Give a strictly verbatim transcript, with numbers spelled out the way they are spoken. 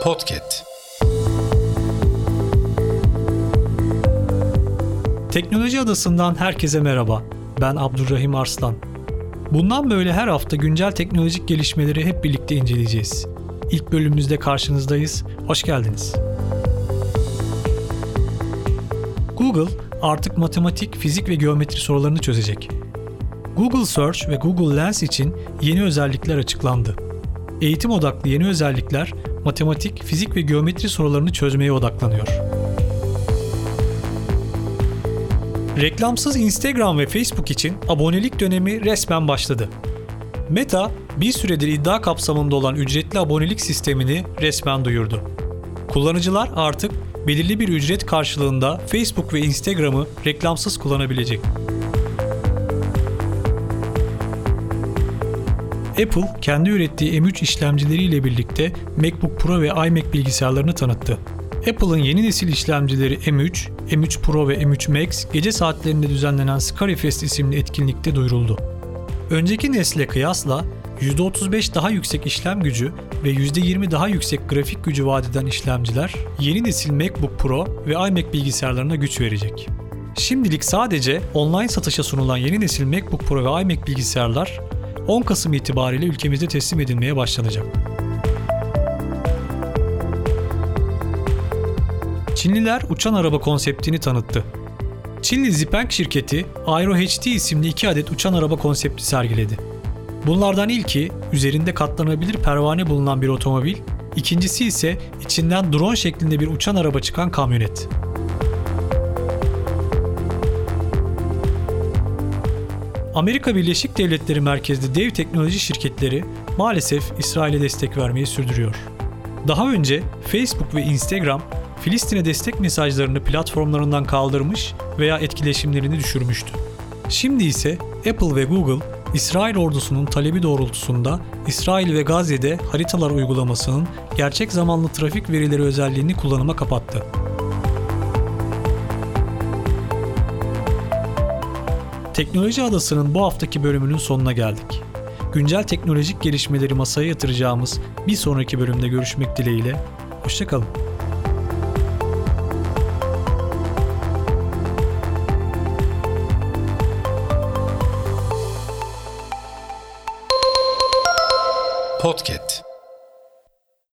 Podcast. Teknoloji Adası'ndan herkese merhaba. Ben Abdurrahim Arslan. Bundan böyle her hafta güncel teknolojik gelişmeleri hep birlikte inceleyeceğiz. İlk bölümümüzde karşınızdayız. Hoş geldiniz. Google artık matematik, fizik ve geometri sorularını çözecek. Google Search ve Google Lens için yeni özellikler açıklandı. Eğitim odaklı yeni özellikler matematik, fizik ve geometri sorularını çözmeye odaklanıyor. Reklamsız Instagram ve Facebook için abonelik dönemi resmen başladı. Meta, bir süredir iddia kapsamında olan ücretli abonelik sistemini resmen duyurdu. Kullanıcılar artık belirli bir ücret karşılığında Facebook ve Instagram'ı reklamsız kullanabilecek. Apple, kendi ürettiği M üç işlemcileriyle birlikte MacBook Pro ve iMac bilgisayarlarını tanıttı. Apple'ın yeni nesil işlemcileri M üç, M üç Pro ve M üç Max gece saatlerinde düzenlenen Scarifest isimli etkinlikte duyuruldu. Önceki nesle kıyasla yüzde otuz beş daha yüksek işlem gücü ve yüzde yirmi daha yüksek grafik gücü vaat eden işlemciler yeni nesil MacBook Pro ve iMac bilgisayarlarına güç verecek. Şimdilik sadece online satışa sunulan yeni nesil MacBook Pro ve iMac bilgisayarlar on Kasım itibariyle ülkemizde teslim edilmeye başlanacak. Çinliler uçan araba konseptini tanıttı. Çinli Xpeng şirketi Aero H D isimli iki adet uçan araba konsepti sergiledi. Bunlardan ilki üzerinde katlanabilir pervane bulunan bir otomobil, ikincisi ise içinden drone şeklinde bir uçan araba çıkan kamyonet. Amerika Birleşik Devletleri merkezli dev teknoloji şirketleri maalesef İsrail'e destek vermeyi sürdürüyor. Daha önce Facebook ve Instagram, Filistin'e destek mesajlarını platformlarından kaldırmış veya etkileşimlerini düşürmüştü. Şimdi ise Apple ve Google, İsrail ordusunun talebi doğrultusunda İsrail ve Gazze'de haritalar uygulamasının gerçek zamanlı trafik verileri özelliğini kullanıma kapattı. Teknoloji Adası'nın bu haftaki bölümünün sonuna geldik. Güncel teknolojik gelişmeleri masaya yatıracağımız bir sonraki bölümde görüşmek dileğiyle. Hoşça kalın.